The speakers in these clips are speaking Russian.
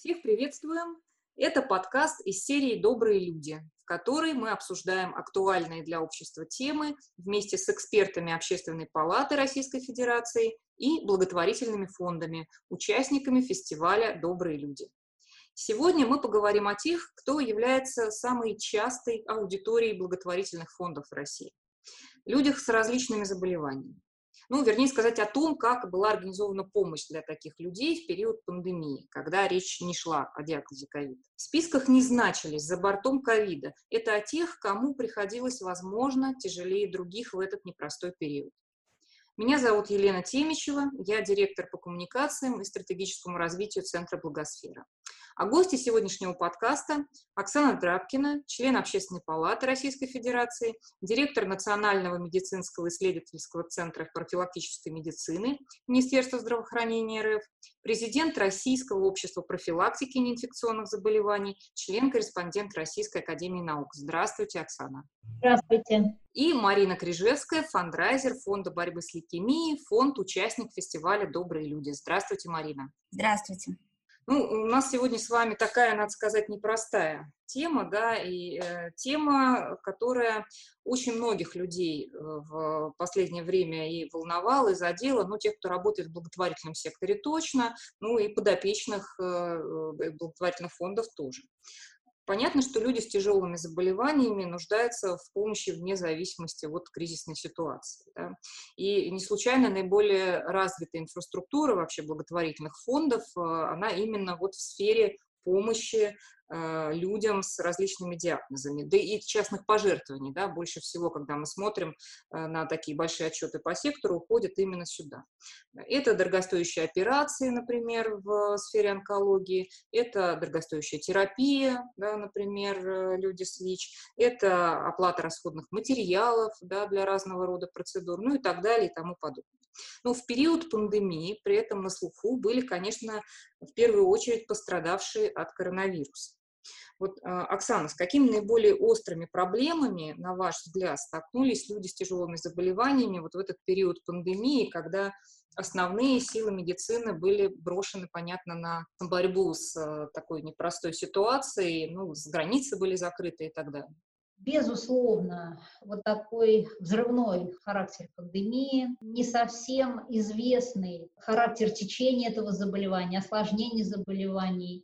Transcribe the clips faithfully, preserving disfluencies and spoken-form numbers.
Всех приветствуем! Это подкаст из серии «Добрые люди», в которой мы обсуждаем актуальные для общества темы вместе с экспертами Общественной палаты Российской Федерации и благотворительными фондами, участниками фестиваля «Добрые люди». Сегодня мы поговорим о тех, кто является самой частой аудиторией благотворительных фондов в России. Людях с различными заболеваниями. Ну, вернее сказать, о том, как была организована помощь для таких людей в период пандемии, когда речь не шла о диагнозе ковид. В списках не значились за бортом ковида. Это о тех, кому приходилось, возможно, тяжелее других в этот непростой период. Меня зовут Елена Темичева, я директор по коммуникациям и стратегическому развитию Центра Благосфера. А гости сегодняшнего подкаста – Оксана Драбкина, член Общественной палаты Российской Федерации, директор Национального медицинского исследовательского центра профилактической медицины Министерства здравоохранения РФ, президент Российского общества профилактики неинфекционных заболеваний, член-корреспондент Российской академии наук. Здравствуйте, Оксана. Здравствуйте. И Марина Крижевская, фандрайзер Фонда борьбы с лейкемией, фонд, участник фестиваля «Добрые люди». Здравствуйте, Марина. Здравствуйте. Ну, у нас сегодня с вами такая, надо сказать, непростая тема, да, и э, тема, которая очень многих людей в последнее время и волновала, и задела, ну, тех, кто работает в благотворительном секторе точно, ну, и подопечных э, благотворительных фондов тоже. Понятно, что люди с тяжелыми заболеваниями нуждаются в помощи вне зависимости от кризисной ситуации. Да? И не случайно наиболее развитая инфраструктура вообще благотворительных фондов, она именно вот в сфере помощи э, людям с различными диагнозами, да и частных пожертвований, да, больше всего, когда мы смотрим э, на такие большие отчеты по сектору, уходят именно сюда. Это дорогостоящие операции, например, в сфере онкологии, это дорогостоящая терапия, да, например, люди с ВИЧ, это оплата расходных материалов, да, для разного рода процедур, ну и так далее и тому подобное. Но в период пандемии при этом на слуху были, конечно, в первую очередь пострадавшие от коронавируса. Вот, Оксана, с какими наиболее острыми проблемами, на ваш взгляд, столкнулись люди с тяжелыми заболеваниями вот в этот период пандемии, когда основные силы медицины были брошены, понятно, на борьбу с такой непростой ситуацией, ну, с границы были закрыты и так далее? Безусловно, вот такой взрывной характер пандемии, не совсем известный характер течения этого заболевания, осложнений заболеваний,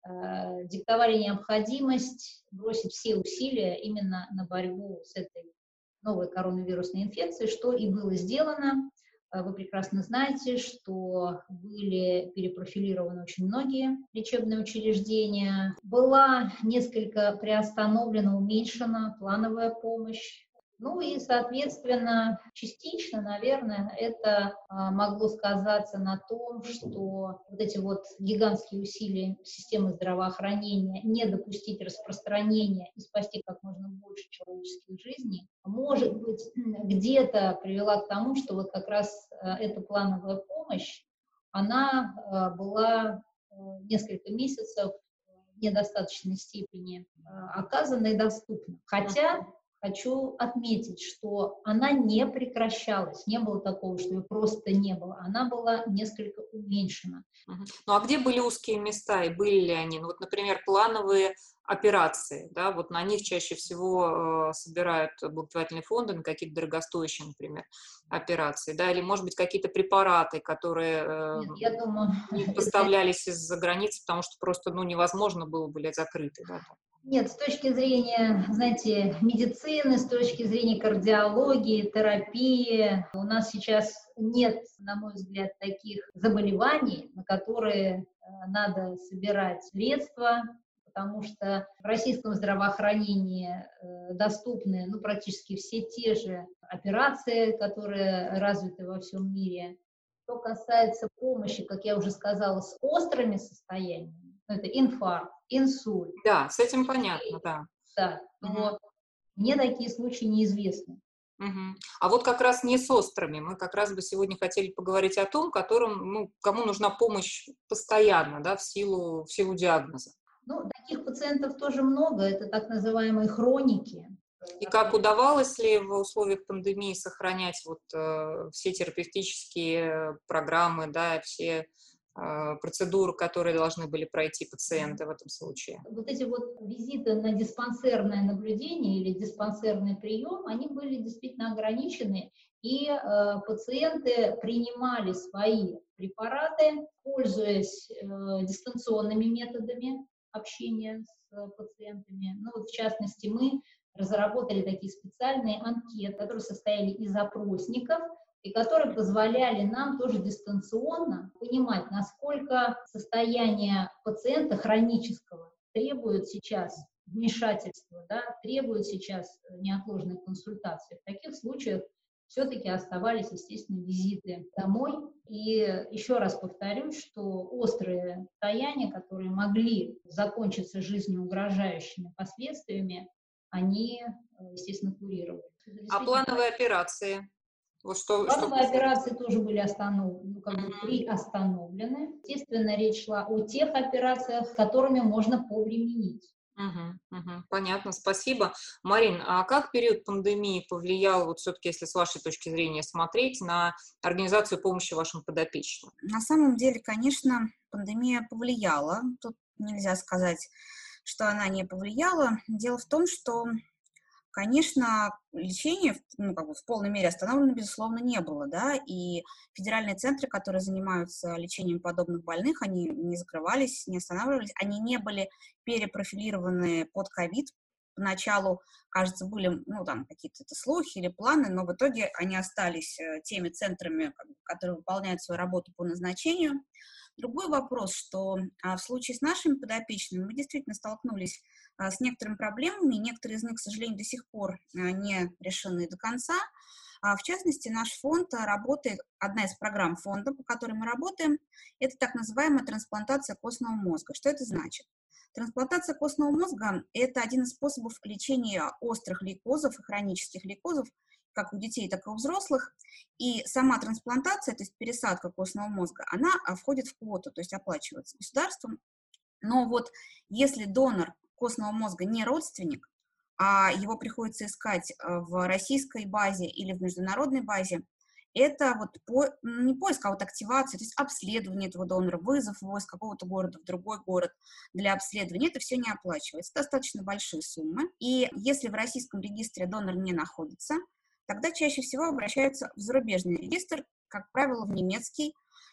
э, диктовали необходимость бросить все усилия именно на борьбу с этой новой коронавирусной инфекцией, что и было сделано. Вы прекрасно знаете, что были перепрофилированы очень многие лечебные учреждения. Была несколько приостановлена, уменьшена плановая помощь. Ну и, соответственно, частично, наверное, это а, могло сказаться на том, что вот эти вот гигантские усилия системы здравоохранения не допустить распространения и спасти как можно больше человеческих жизней, может быть, где-то привела к тому, что вот как раз а, эта плановая помощь, она а, была а, несколько месяцев в недостаточной степени а, оказана и доступна. Хотя хочу отметить, что она не прекращалась, не было такого, что ее просто не было, она была несколько уменьшена. Uh-huh. Ну а где были узкие места и были ли они? Ну вот, например, плановые операции, да, вот на них чаще всего э, собирают благотворительные фонды на какие-то дорогостоящие, например, операции, да, или, может быть, какие-то препараты, которые э, Нет, я думаю, не поставлялись из-за границы, потому что просто, ну, невозможно было, были закрыты, да, там. Нет, с точки зрения, знаете, медицины, с точки зрения кардиологии, терапии, у нас сейчас нет, на мой взгляд, таких заболеваний, на которые надо собирать средства, потому что в российском здравоохранении доступны, ну, практически все те же операции, которые развиты во всем мире. Что касается помощи, как я уже сказала, с острыми состояниями, это инфаркт, инсульт. Да, с этим понятно, да. Да, но угу. Мне такие случаи неизвестны. Угу. А вот как раз не с острыми. Мы как раз бы сегодня хотели поговорить о том, которым, ну, кому нужна помощь постоянно, да, в силу, в силу диагноза. Ну, таких пациентов тоже много, это так называемые хроники. И как удавалось ли в условиях пандемии сохранять вот э, все терапевтические программы, да, все процедур, которые должны были пройти пациенты в этом случае? Вот эти вот визиты на диспансерное наблюдение или диспансерный прием, они были действительно ограничены, и э, пациенты принимали свои препараты, пользуясь э, дистанционными методами общения с э, пациентами. Ну вот в частности мы разработали такие специальные анкеты, которые состояли из опросников, и которые позволяли нам тоже дистанционно понимать, насколько состояние пациента хронического требует сейчас вмешательства, да, требует сейчас неотложной консультации. В таких случаях все-таки оставались, естественно, визиты домой. И еще раз повторюсь, что острые состояния, которые могли закончиться жизнеугрожающими последствиями, они, естественно, курировали. А плановые операции? Вот что, Плановые что... операции тоже были остановлены, ну, как бы приостановлены. Естественно, речь шла о тех операциях, с которыми можно повременить. Угу, угу, понятно, спасибо. Марин, а как период пандемии повлиял, вот все-таки, если с вашей точки зрения смотреть, на организацию помощи вашим подопечным? На самом деле, конечно, пандемия повлияла. Тут нельзя сказать, что она не повлияла. Дело в том, что, конечно, лечение, ну, как бы в полной мере остановлено, безусловно, не было, да, и федеральные центры, которые занимаются лечением подобных больных, они не закрывались, не останавливались, они не были перепрофилированы под ковид. Поначалу, кажется, были, ну, там, какие-то слухи или планы, но в итоге они остались теми центрами, которые выполняют свою работу по назначению. Другой вопрос, что а, в случае с нашими подопечными мы действительно столкнулись а, с некоторыми проблемами, и некоторые из них, к сожалению, до сих пор а, не решены до конца. А, в частности, наш фонд работает, одна из программ фонда, по которой мы работаем, это так называемая трансплантация костного мозга. Что это значит? Трансплантация костного мозга – это один из способов лечения острых лейкозов и хронических лейкозов, как у детей, так и у взрослых. И сама трансплантация, то есть пересадка костного мозга, она входит в квоту, то есть оплачивается государством. Но вот если донор костного мозга не родственник, а его приходится искать в российской базе или в международной базе, это вот по, не поиск, а вот активация, то есть обследование этого донора, вызов его из какого-то города в другой город для обследования, это все не оплачивается. Достаточно большие суммы. И если в российском регистре донор не находится, тогда чаще всего обращаются в зарубежный регистр, как правило, в немецкий.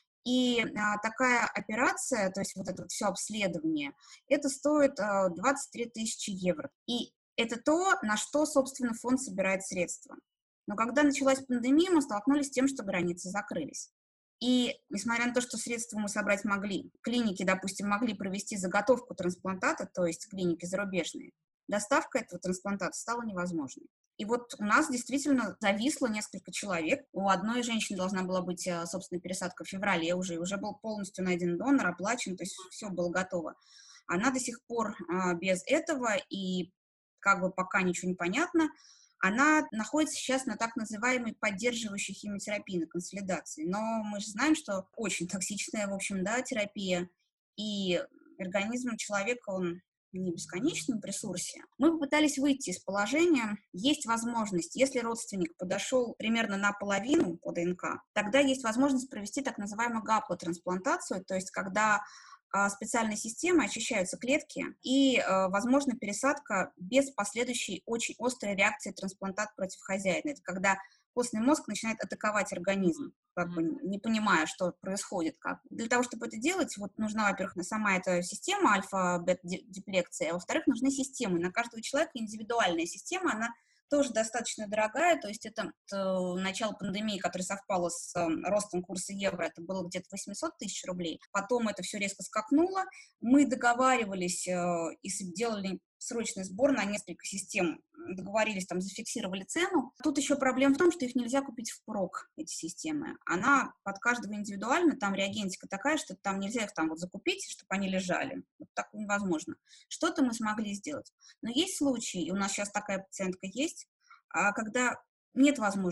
И а, такая операция, то есть вот это вот все обследование, это стоит а, двадцать три тысячи евро. И это то, на что, собственно, фонд собирает средства. Но когда началась пандемия, мы столкнулись с тем, что границы закрылись. И несмотря на то, что средства мы собрать могли, клиники, допустим, могли провести заготовку трансплантата, то есть клиники зарубежные, доставка этого трансплантата стала невозможной. И вот у нас действительно зависло несколько человек. У одной женщины должна была быть, собственно, пересадка в феврале уже, и уже был полностью найден донор, оплачен, то есть все было готово. Она до сих пор а, без этого, и как бы пока ничего не понятно. Она находится сейчас на так называемой поддерживающей химиотерапии, на консолидации. Но мы же знаем, что очень токсичная, в общем, да, терапия, и организм человека, он не в бесконечном ресурсе. Мы попытались выйти из положения. Есть возможность, если родственник подошел примерно наполовину по ДНК, тогда есть возможность провести так называемую гаплотрансплантацию, то есть когда специальной системой очищаются клетки и, э, возможно, пересадка без последующей очень острой реакции трансплантат против хозяина. Это когда костный мозг начинает атаковать организм, как бы не понимая, что происходит. Как. Для того, чтобы это делать, вот нужна, во-первых, сама эта система альфа-бета-диплекции, а во-вторых, нужны системы. На каждого человека индивидуальная система, она тоже достаточно дорогая, то есть это э, начало пандемии, которое совпало с э, ростом курса евро, это было где-то восемьсот тысяч рублей, потом это все резко скакнуло, мы договаривались э, и делали срочный сбор на несколько систем, договорились, там, зафиксировали цену. Тут еще проблема в том, что их нельзя купить впрок, эти системы. Она под каждого индивидуально, там реагентика такая, что там нельзя их там вот закупить, чтобы они лежали. Вот так невозможно. Что-то мы смогли сделать. Но есть случаи, и у нас сейчас такая пациентка есть, когда нет возможности.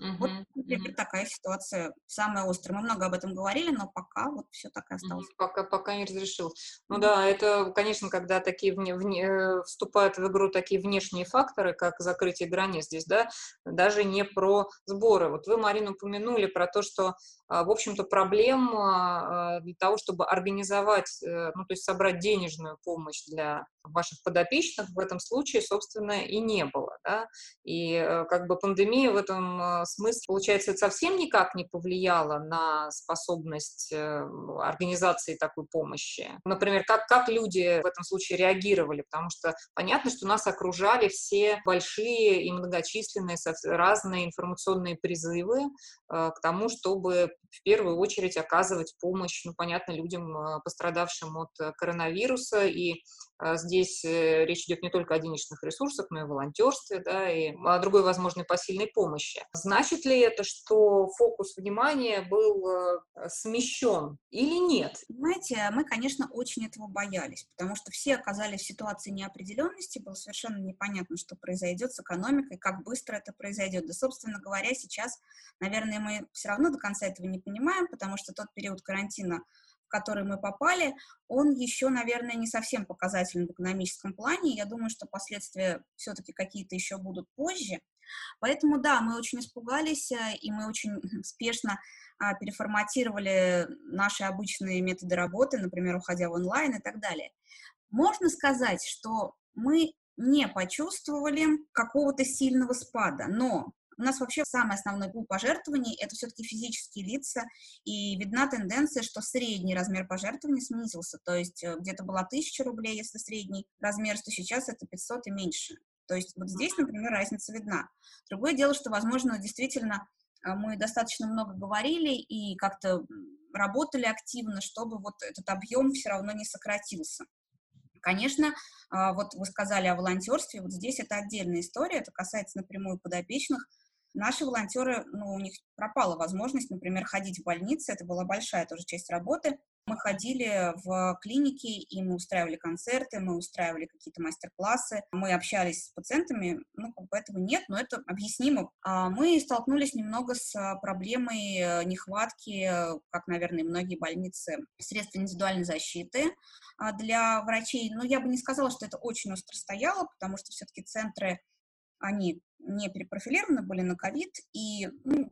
Вот, Мгм. например, Мгм. такая ситуация самая острая. Мы много об этом говорили, но пока вот все так и Мгм. осталось. Пока пока не разрешил. Ну Мгм. да, это, конечно, когда такие вне вне э, вступают в игру такие внешние факторы, как закрытие границ здесь, да, даже не про сборы. Вот вы, Марина, упомянули про то, что, а, в общем-то, проблем, а, а, для того, чтобы организовать, э, ну, то есть собрать денежную помощь для ваших подопечных в этом случае, собственно, и не было, да. И, э, как бы пандемия в этом, э, смысле, получается, совсем никак не повлияла на способность, э, организации такой помощи. Например, как как люди в этом случае реагировали? Потому что понятно, что нас окружали все большие и многочисленные сов разные информационные призывы, э, к тому, чтобы в первую очередь оказывать помощь, ну, понятно, людям, э, пострадавшим от, э, коронавируса. И, э, здесь, э, речь идет не только о денежных ресурсах, но и о волонтерстве, да, и о другой возможной посильной помощи. Значит ли это, что фокус внимания был, э, смещен или нет? Понимаете, мы, конечно, очень этого боялись, потому что все оказались в ситуации неопределенности, было совершенно непонятно, что произойдет с экономикой, как быстро это произойдет. Да, собственно говоря, сейчас, наверное, мы все равно до конца этого не понимаем, потому что тот период карантина, в который мы попали, он еще, наверное, не совсем показателен в экономическом плане. Я думаю, что последствия все-таки какие-то еще будут позже. Поэтому, да, мы очень испугались, э, и мы очень спешно а, переформатировали наши обычные методы работы, например, уходя в онлайн и так далее. Можно сказать, что мы не почувствовали какого-то сильного спада, но у нас вообще самый основной пул пожертвований — это все-таки физические лица, и видна тенденция, что средний размер пожертвований снизился, то есть э, где-то была тысяча рублей, если средний размер, то сейчас это пятьсот и меньше. То есть вот здесь, например, разница видна. Другое дело, что, возможно, действительно а, мы достаточно много говорили и как-то м, работали активно, чтобы вот этот объем все равно не сократился. Конечно, а, вот вы сказали о волонтерстве, вот здесь это отдельная история, это касается напрямую подопечных. Наши волонтеры, ну, у них пропала возможность, например, ходить в больницы, это была большая тоже часть работы. Мы ходили в клиники, и мы устраивали концерты, мы устраивали какие-то мастер-классы, мы общались с пациентами, ну, как бы этого нет, но это объяснимо. А мы столкнулись немного с а, проблемой э, нехватки, э, как, наверное, и многие больницы, средств индивидуальной защиты а, для врачей. Но я бы не сказала, что это очень остро стояло, потому что все-таки центры, они не перепрофилированы были на ковид, и ну,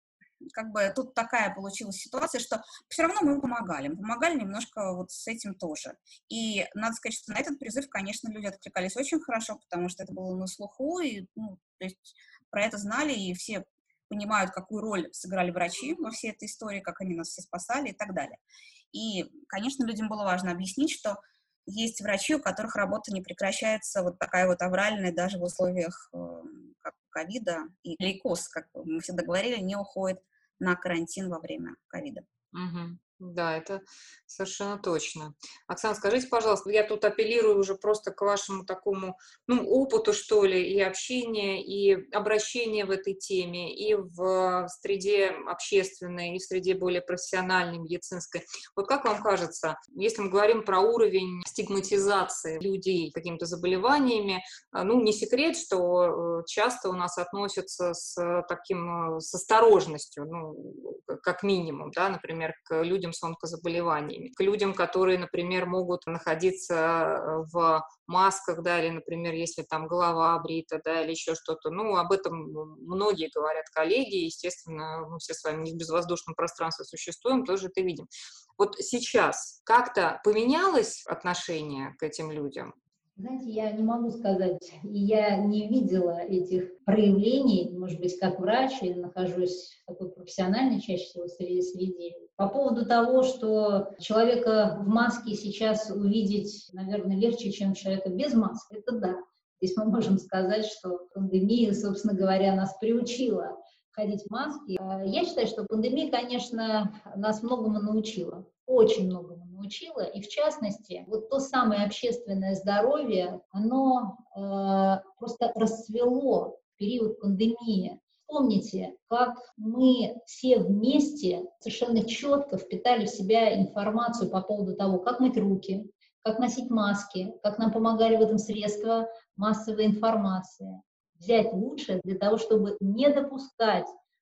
как бы тут такая получилась ситуация, что все равно мы помогали, мы помогали немножко вот с этим тоже. И надо сказать, что на этот призыв, конечно, люди откликались очень хорошо, потому что это было на слуху, и ну, то есть про это знали, и все понимают, какую роль сыграли врачи во всей этой истории, как они нас все спасали и так далее. И, конечно, людям было важно объяснить, что есть врачи, у которых работа не прекращается, вот такая вот авральная, даже в условиях э, как ковида, и лейкоз, как мы всегда говорили, не уходит на карантин во время ковида. Мгм. Да, это совершенно точно. Оксана, скажите, пожалуйста, я тут апеллирую уже просто к вашему такому, ну, опыту, что ли, и общения, и обращения в этой теме, и в среде общественной, и в среде более профессиональной, медицинской. Вот как вам кажется, если мы говорим про уровень стигматизации людей какими-то заболеваниями, а, ну, не секрет, что э, часто у нас относятся с таким, э, с осторожностью, ну, к- как минимум, да, например, к людям с онкозаболеваниями, к людям, которые, например, могут находиться э, в масках, да, или, например, если там голова брита, да, или еще что-то. Ну, об этом многие говорят коллеги, естественно, мы все с вами не в безвоздушном пространстве существуем, тоже это видим. Вот сейчас как-то поменялось отношение к этим людям? Знаете, я не могу сказать, и я не видела этих проявлений, может быть, как врач, и нахожусь в такой профессиональной чаще всего среди среде. По поводу того, что человека в маске сейчас увидеть, наверное, легче, чем человека без маски, это да. Здесь мы можем сказать, что пандемия, собственно говоря, нас приучила ходить в маске. А Я считаю, что пандемия, конечно, нас многому научила, очень многому научила, и в частности, вот то самое общественное здоровье, оно э, просто расцвело в период пандемии. Вспомните, как мы все вместе совершенно четко впитали в себя информацию по поводу того, как мыть руки, как носить маски, как нам помогали в этом средства массовой информации. Взять лучшее для того, чтобы не допускать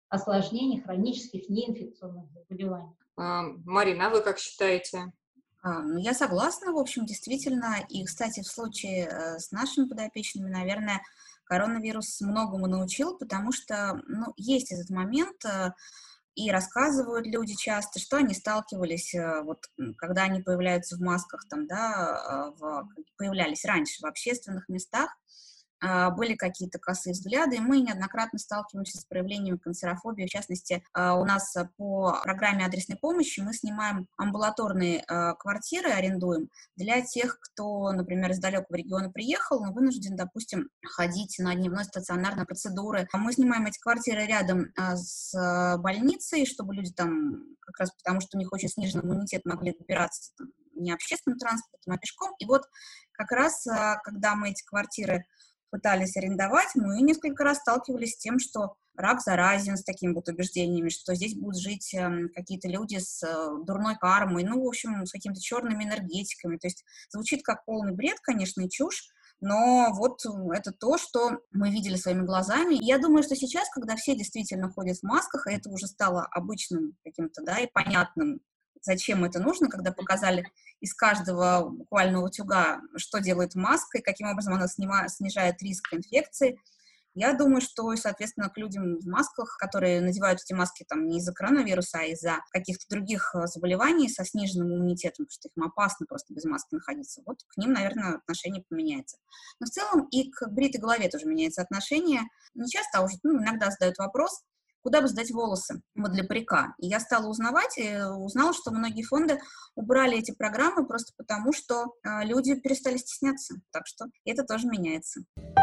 осложнений хронических неинфекционных заболеваний. А, Марина, а вы как считаете? А, ну, я согласна, в общем, действительно. И, кстати, в случае э, с нашими подопечными, наверное, коронавирус многому научил, потому что, ну, есть этот момент, э, и рассказывают люди часто, что они сталкивались, э, вот, м, когда они появляются в масках, там, да, э, в, появлялись раньше в общественных местах, а, были какие-то косые взгляды, и мы неоднократно сталкиваемся с проявлением канцерофобии. В частности, а, у нас а, по программе адресной помощи мы снимаем амбулаторные а, квартиры, арендуем для тех, кто, например, из далекого региона приехал, но вынужден, допустим, ходить на дневной стационар, на процедуры. А мы снимаем эти квартиры рядом а, с а, больницей, чтобы люди там, как раз потому что у них очень снижен иммунитет, могли добираться там, не общественным транспортом, а пешком. И вот как раз, а, когда мы эти квартиры пытались арендовать, мы несколько раз сталкивались с тем, что рак заразен, с такими вот убеждениями, что здесь будут жить э, какие-то люди с э, дурной кармой, ну, в общем, с какими-то черными энергетиками. То есть звучит как полный бред, конечно, и чушь, но вот это то, что мы видели своими глазами. И я думаю, что сейчас, когда все действительно ходят в масках, и это уже стало обычным каким-то, да, и понятным, зачем это нужно, когда показали из каждого буквально утюга, что делает маска и каким образом она снима, снижает риск инфекции. Я думаю, что, соответственно, к людям в масках, которые надевают эти маски там не из-за коронавируса, а из-за каких-то других заболеваний со сниженным иммунитетом, потому что им опасно просто без маски находиться, вот к ним, наверное, отношение поменяется. Но в целом и к бритой голове тоже меняется отношение. Не часто, а уже ну, иногда задают вопрос, куда бы сдать волосы, вот для парика. И я стала узнавать, и узнала, что многие фонды убрали эти программы просто потому, что э, люди перестали стесняться. Так что это тоже меняется.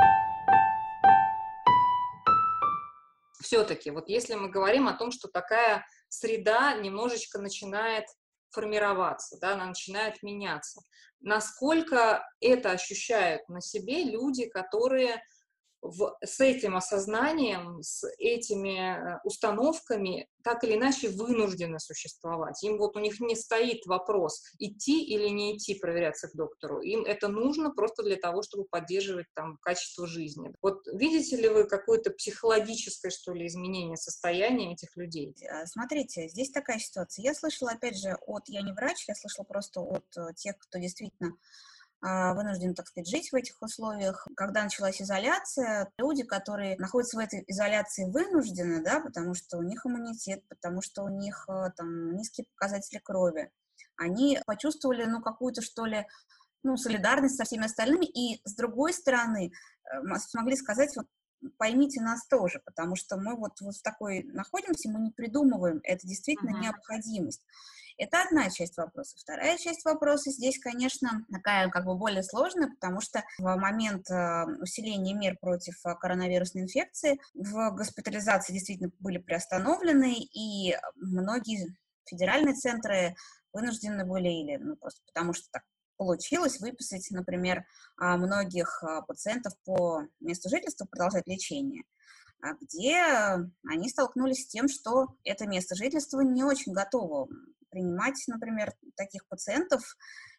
Все-таки, вот если мы говорим о том, что такая среда немножечко начинает формироваться, да, она начинает меняться, насколько это ощущают на себе люди, которые в, с этим осознанием, с этими установками так или иначе вынуждены существовать. Им вот у них не стоит вопрос, идти или не идти проверяться к доктору. Им это нужно просто для того, чтобы поддерживать там качество жизни. Вот видите ли вы какое-то психологическое, что ли, изменение состояния этих людей? Смотрите, здесь такая ситуация. Я слышала, опять же, от, я не врач, я слышала просто от тех, кто действительно вынуждены, так сказать, жить в этих условиях. Когда началась изоляция, люди, которые находятся в этой изоляции вынуждены, да, потому что у них иммунитет, потому что у них там низкие показатели крови, они почувствовали, ну, какую-то, что ли, ну, солидарность со всеми остальными, и, с другой стороны, смогли сказать, вот, поймите нас тоже, потому что мы вот, вот в такой находимся, мы не придумываем, это действительно uh-huh. необходимость. Это одна часть вопроса. Вторая часть вопроса здесь, конечно, такая как бы более сложная, потому что в момент усиления мер против коронавирусной инфекции в госпитализации действительно были приостановлены, и многие федеральные центры вынуждены были, или ну, просто потому что так получилось, выписать, например, многих пациентов по месту жительства продолжать лечение, где они столкнулись с тем, что это место жительства не очень готово принимать, например, таких пациентов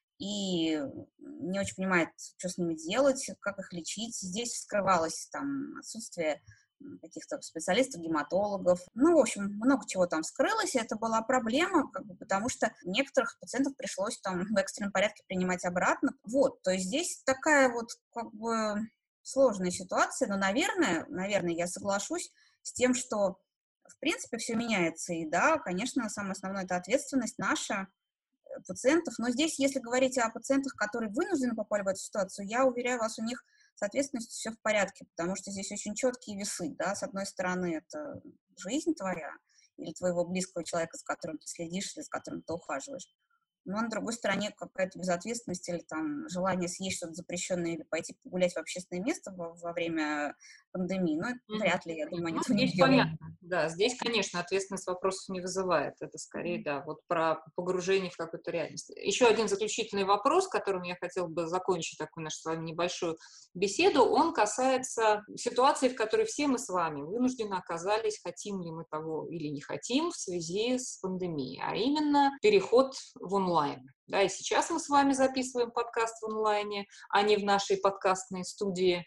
и не очень понимает, что с ними делать, как их лечить. Здесь вскрывалось там отсутствие каких-то специалистов, гематологов. Ну, в общем, много чего там вскрылось, и это была проблема, как бы, потому что некоторых пациентов пришлось там в экстренном порядке принимать обратно. Вот, то есть здесь такая вот как бы сложная ситуация, но, наверное, наверное, я соглашусь с тем, что в принципе все меняется, и да, конечно, самое основное — это ответственность наша, пациентов, но здесь, если говорить о пациентах, которые вынуждены попали в эту ситуацию, я уверяю вас, у них с ответственностью все в порядке, потому что здесь очень четкие весы, да, с одной стороны, это жизнь твоя или твоего близкого человека, с которым ты следишь или с которым ты ухаживаешь, но на другой стороне какая-то безответственность или там желание съесть что-то запрещенное или пойти погулять в общественное место во, во время пандемии, ну, mm-hmm. вряд ли, я думаю, они ну, этого не здесь делают. Понятно. Да, здесь, конечно, ответственность вопросов не вызывает. Это скорее, да, вот про погружение в какую-то реальность. Еще один заключительный вопрос, которым я хотела бы закончить такую нашу с вами небольшую беседу, он касается ситуации, в которой все мы с вами вынуждены оказались, хотим ли мы того или не хотим, в связи с пандемией, а именно переход в онлайн. Да, и сейчас мы с вами записываем подкаст в онлайне, а не в нашей подкастной студии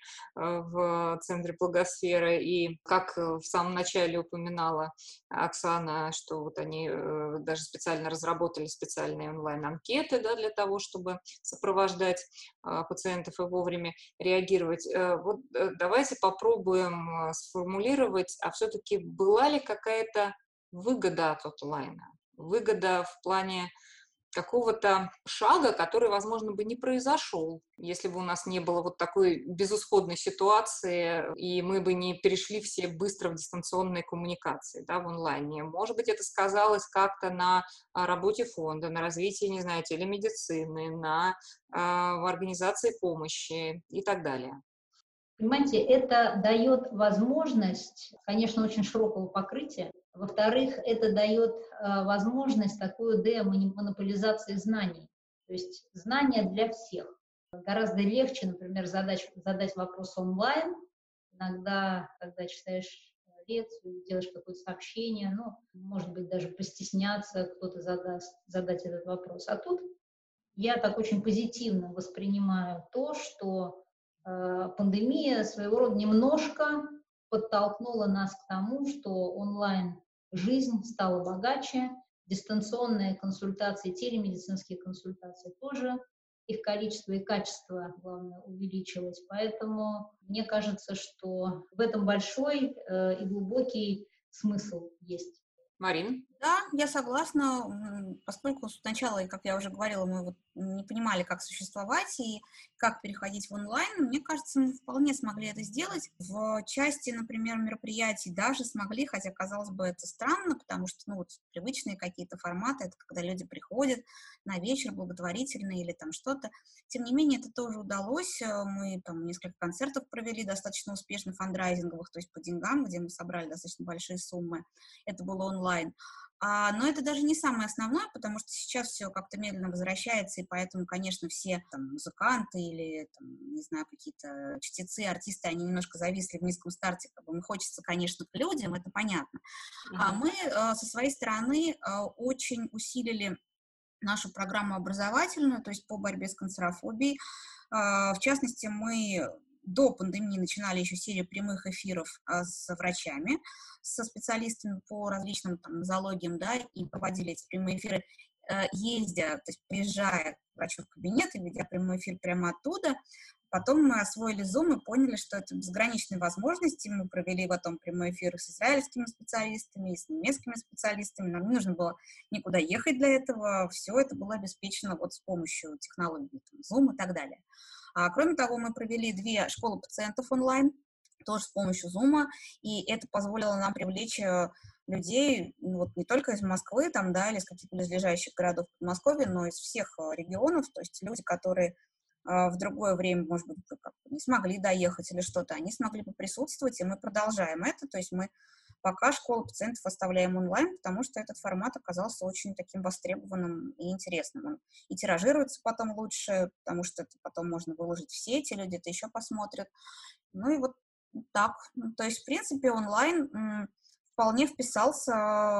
в Центре Благосферы. И как в самом начале упоминала Оксана, что вот они даже специально разработали специальные онлайн-анкеты, да, для того, чтобы сопровождать пациентов и вовремя реагировать. Вот давайте попробуем сформулировать, а все-таки была ли какая-то выгода от онлайна? Выгода в плане какого-то шага, который, возможно, бы не произошел, если бы у нас не было вот такой безысходной ситуации, и мы бы не перешли все быстро в дистанционные коммуникации, да, в онлайне. Может быть, это сказалось как-то на работе фонда, на развитии, не знаю, телемедицины, на э, в организации помощи и так далее. Понимаете, это дает возможность, конечно, очень широкого покрытия. Во-вторых, это дает э, возможность такую демонополизации знаний. То есть знания для всех. Гораздо легче, например, задать, задать вопрос онлайн. Иногда, когда читаешь лекцию, делаешь какое-то сообщение, ну, может быть, даже постесняться, кто-то задаст, задать этот вопрос. А тут я так очень позитивно воспринимаю то, что пандемия своего рода немножко подтолкнула нас к тому, что онлайн-жизнь стала богаче, дистанционные консультации, телемедицинские консультации тоже, их количество и качество, главное, увеличилось. Поэтому мне кажется, что в этом большой э, и глубокий смысл есть. Марин? Да, я согласна, поскольку сначала, как я уже говорила, мы вот не понимали, как существовать и как переходить в онлайн, мне кажется, мы вполне смогли это сделать. В части, например, мероприятий даже смогли, хотя, казалось бы, это странно, потому что, ну, вот привычные какие-то форматы, это когда люди приходят на вечер благотворительный или там что-то. Тем не менее, это тоже удалось. Мы там несколько концертов провели достаточно успешно, фандрайзинговых, то есть по деньгам, где мы собрали достаточно большие суммы. Это было онлайн. А, но это даже не самое основное, потому что сейчас все как-то медленно возвращается, и поэтому, конечно, все там музыканты или, там, не знаю, какие-то чтецы, артисты, они немножко зависли в низком старте. Как бы им хочется, конечно, к людям, это понятно. Mm-hmm. А мы а, со своей стороны а, очень усилили нашу программу образовательную, то есть по борьбе с канцерофобией. А, в частности, мы до пандемии начинали еще серию прямых эфиров а, с врачами, со специалистами по различным там нозологиям, да, и проводили эти прямые эфиры, э, ездя, то есть приезжая к врачу в кабинет и ведя прямой эфир прямо оттуда. Потом мы освоили Zoom и поняли, что это безграничные возможности. Мы провели потом прямой эфир с израильскими специалистами, с немецкими специалистами. Нам не нужно было никуда ехать для этого. Все это было обеспечено вот с помощью технологий, там, Zoom и так далее. А, кроме того, мы провели две школы пациентов онлайн, тоже с помощью Zoom, и это позволило нам привлечь людей, ну, вот не только из Москвы, там, да, или из каких-то близлежащих городов Подмосковья, но из всех регионов, то есть люди, которые в другое время, может быть, не смогли доехать или что-то, они смогли поприсутствовать, и мы продолжаем это, то есть мы пока школу пациентов оставляем онлайн, потому что этот формат оказался очень таким востребованным и интересным. Он и тиражируется потом лучше, потому что это потом можно выложить в сети, люди это еще посмотрят. Ну и вот так. То есть, в принципе, онлайн м, вполне вписался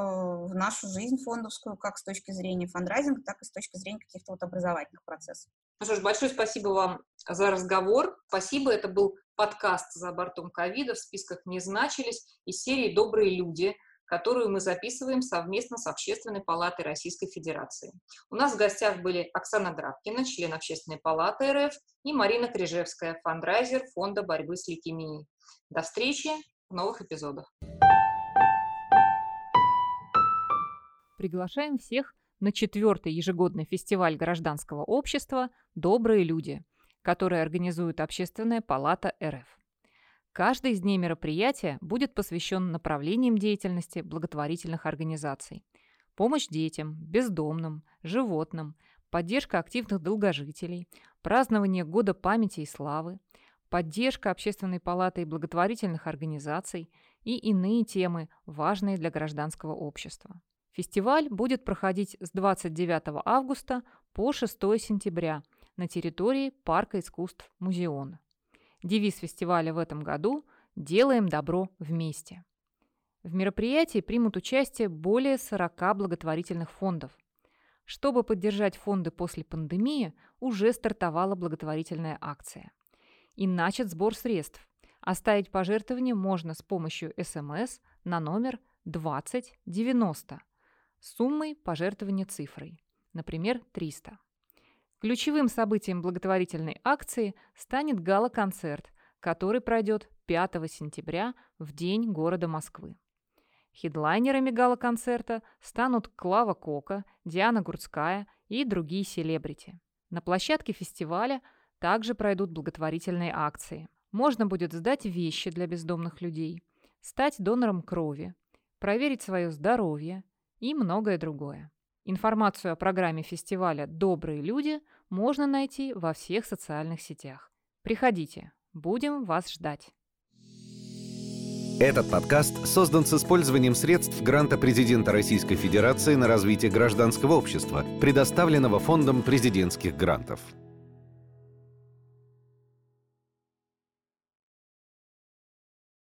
в нашу жизнь фондовскую, как с точки зрения фандрайзинга, так и с точки зрения каких-то вот образовательных процессов. Ну что ж, большое спасибо вам за разговор. Спасибо, это был подкаст «За бортом ковида», в списках не значились, из серии «Добрые люди», которую мы записываем совместно с Общественной палатой Российской Федерации. У нас в гостях были Оксана Драбкина, член Общественной палаты РФ, и Марина Крижевская, фандрайзер Фонда борьбы с лейкемией. До встречи в новых эпизодах. Приглашаем всех на четвертый ежегодный фестиваль гражданского общества «Добрые люди», который организует Общественная палата РФ. Каждый из дней мероприятия будет посвящен направлениям деятельности благотворительных организаций. Помощь детям, бездомным, животным, поддержка активных долгожителей, празднование Года памяти и славы, поддержка Общественной палаты и благотворительных организаций и иные темы, важные для гражданского общества. Фестиваль будет проходить с двадцать девятого августа по шестого сентября на территории Парка искусств Музеона. Девиз фестиваля в этом году «Делаем добро вместе». В мероприятии примут участие более сорока благотворительных фондов. Чтобы поддержать фонды после пандемии, уже стартовала благотворительная акция. И начат сбор средств. Оставить пожертвование можно с помощью СМС на номер двадцать девяносто с суммой пожертвования цифрой, например, триста. Ключевым событием благотворительной акции станет гала-концерт, который пройдет пятого сентября в День города Москвы. Хедлайнерами гала-концерта станут Клава Кока, Диана Гурцкая и другие селебрити. На площадке фестиваля также пройдут благотворительные акции. Можно будет сдать вещи для бездомных людей, стать донором крови, проверить свое здоровье и многое другое. Информацию о программе фестиваля «Добрые люди» можно найти во всех социальных сетях. Приходите, будем вас ждать. Этот подкаст создан с использованием средств гранта президента Российской Федерации на развитие гражданского общества, предоставленного Фондом президентских грантов.